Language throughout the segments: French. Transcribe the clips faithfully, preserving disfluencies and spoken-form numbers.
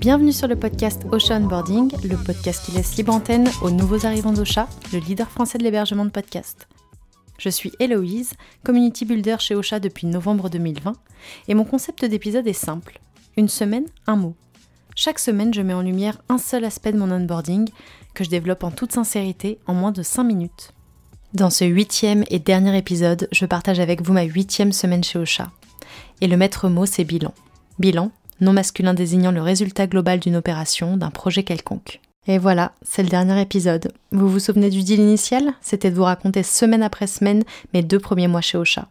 Bienvenue sur le podcast Ocha Onboarding, le podcast qui laisse libre antenne aux nouveaux arrivants d'Ocha, le leader français de l'hébergement de podcasts. Je suis Héloïse, community builder chez Ocha depuis novembre deux mille vingt, et mon concept d'épisode est simple. Une semaine, un mot. Chaque semaine, je mets en lumière un seul aspect de mon onboarding que je développe en toute sincérité en moins de cinq minutes. Dans ce huitième et dernier épisode, je partage avec vous ma huitième semaine chez Ocha. Et le maître mot, c'est bilan. Bilan, nom masculin désignant le résultat global d'une opération, d'un projet quelconque. Et voilà, c'est le dernier épisode. Vous vous souvenez du deal initial ? C'était de vous raconter semaine après semaine mes deux premiers mois chez Ocha.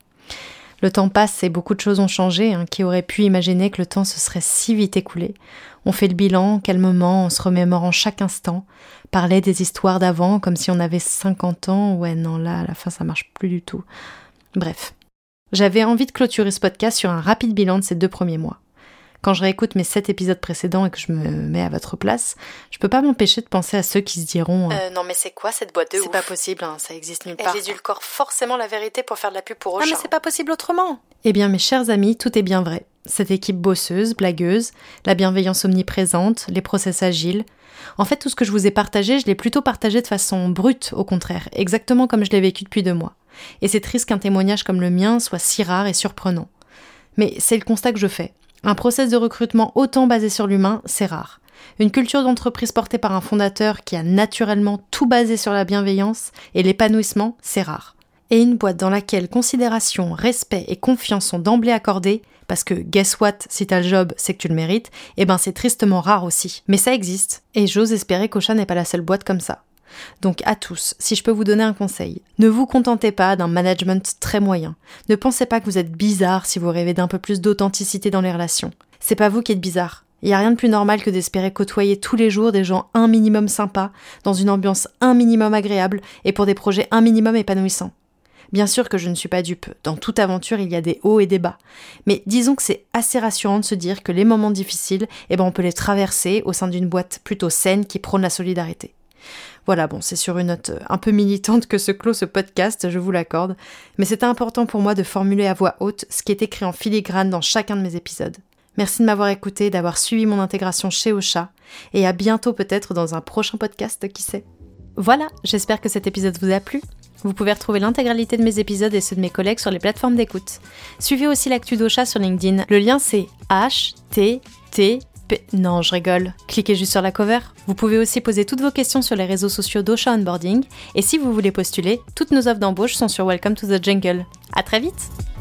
Le temps passe et beaucoup de choses ont changé. Hein. Qui aurait pu imaginer que le temps se serait si vite écoulé ? On fait le bilan, calmement, en se remémorant chaque instant. Parler des histoires d'avant comme si on avait cinquante ans. Ouais, non, là, à la fin, ça marche plus du tout. Bref. J'avais envie de clôturer ce podcast sur un rapide bilan de ces deux premiers mois. Quand je réécoute mes sept épisodes précédents et que je me mets à votre place, je peux pas m'empêcher de penser à ceux qui se diront euh, non mais c'est quoi cette boîte de c'est ouf ? pas possible, hein, ça existe nulle part. Elle édulcore forcément la vérité pour faire de la pub pour Ocha. Non mais c'est pas possible autrement. Eh bien mes chers amis, tout est bien vrai. Cette équipe bosseuse, blagueuse, la bienveillance omniprésente, les process agiles. En fait, tout ce que je vous ai partagé, je l'ai plutôt partagé de façon brute, au contraire, exactement comme je l'ai vécu depuis deux mois. Et c'est triste qu'un témoignage comme le mien soit si rare et surprenant. Mais c'est le constat que je fais. Un process de recrutement autant basé sur l'humain, c'est rare. Une culture d'entreprise portée par un fondateur qui a naturellement tout basé sur la bienveillance et l'épanouissement, c'est rare. Et une boîte dans laquelle considération, respect et confiance sont d'emblée accordés, parce que guess what, si t'as le job, c'est que tu le mérites, eh ben c'est tristement rare aussi. Mais ça existe, et j'ose espérer qu'Ocha n'est pas la seule boîte comme ça. Donc à tous, si je peux vous donner un conseil, ne vous contentez pas d'un management très moyen. Ne pensez pas que vous êtes bizarre si vous rêvez d'un peu plus d'authenticité dans les relations. C'est pas vous qui êtes bizarre. Il n'y a rien de plus normal que d'espérer côtoyer tous les jours des gens un minimum sympas, dans une ambiance un minimum agréable et pour des projets un minimum épanouissants. Bien sûr que je ne suis pas dupe, dans toute aventure il y a des hauts et des bas. Mais disons que c'est assez rassurant de se dire que les moments difficiles, eh ben on peut les traverser au sein d'une boîte plutôt saine qui prône la solidarité. Voilà, bon, c'est sur une note un peu militante que se clôt ce podcast, je vous l'accorde, mais c'était important pour moi de formuler à voix haute ce qui est écrit en filigrane dans chacun de mes épisodes. Merci de m'avoir écouté, d'avoir suivi mon intégration chez Ocha, et à bientôt peut-être dans un prochain podcast, qui sait. Voilà, j'espère que cet épisode vous a plu. Vous pouvez retrouver l'intégralité de mes épisodes et ceux de mes collègues sur les plateformes d'écoute. Suivez aussi l'actu d'Ocha sur LinkedIn. Le lien c'est H T T P... Non, je rigole. Cliquez juste sur la cover. Vous pouvez aussi poser toutes vos questions sur les réseaux sociaux d'Ocha Onboarding. Et si vous voulez postuler, toutes nos offres d'embauche sont sur Welcome to the Jungle. À très vite!